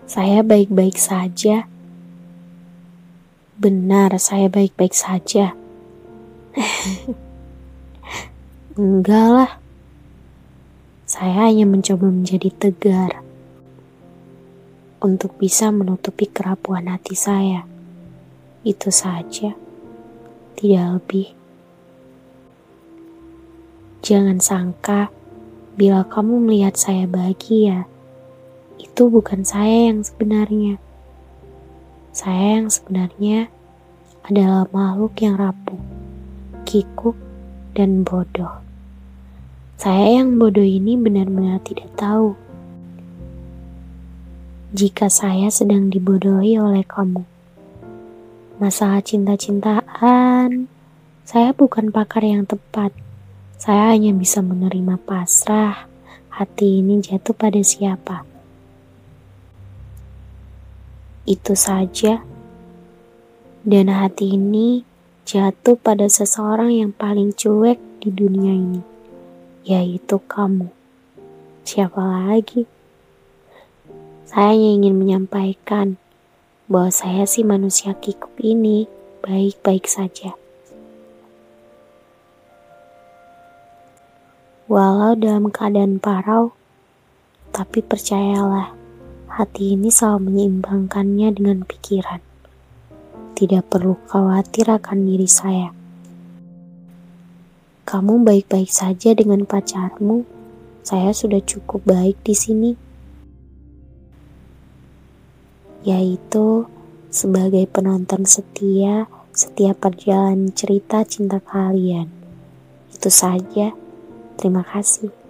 Saya baik-baik saja. Benar, saya baik-baik saja. Enggak lah. Saya hanya mencoba menjadi tegar untuk bisa menutupi kerapuhan hati saya. Itu saja, tidak lebih. Jangan sangka bila kamu melihat saya bahagia, itu bukan saya yang sebenarnya. Saya yang sebenarnya adalah makhluk yang rapuh, kikuk, dan bodoh. Saya yang bodoh ini benar-benar tidak tahu jika saya sedang dibodohi oleh kamu. Masalah cinta-cintaan, saya bukan pakar yang tepat. Saya hanya bisa menerima pasrah, hati ini jatuh pada siapa. Itu saja. Dan hati ini jatuh pada seseorang yang paling cuek di dunia ini, yaitu kamu. Siapa lagi? Saya hanya ingin menyampaikan bahwa saya si manusia kikuk ini baik-baik saja. Walau dalam keadaan parau, tapi percayalah, hati ini selalu menyeimbangkannya dengan pikiran. Tidak perlu khawatir akan diri saya. Kamu baik-baik saja dengan pacarmu. Saya sudah cukup baik di sini. Yaitu sebagai penonton setia setiap perjalanan cerita cinta kalian. Itu saja. Terima kasih.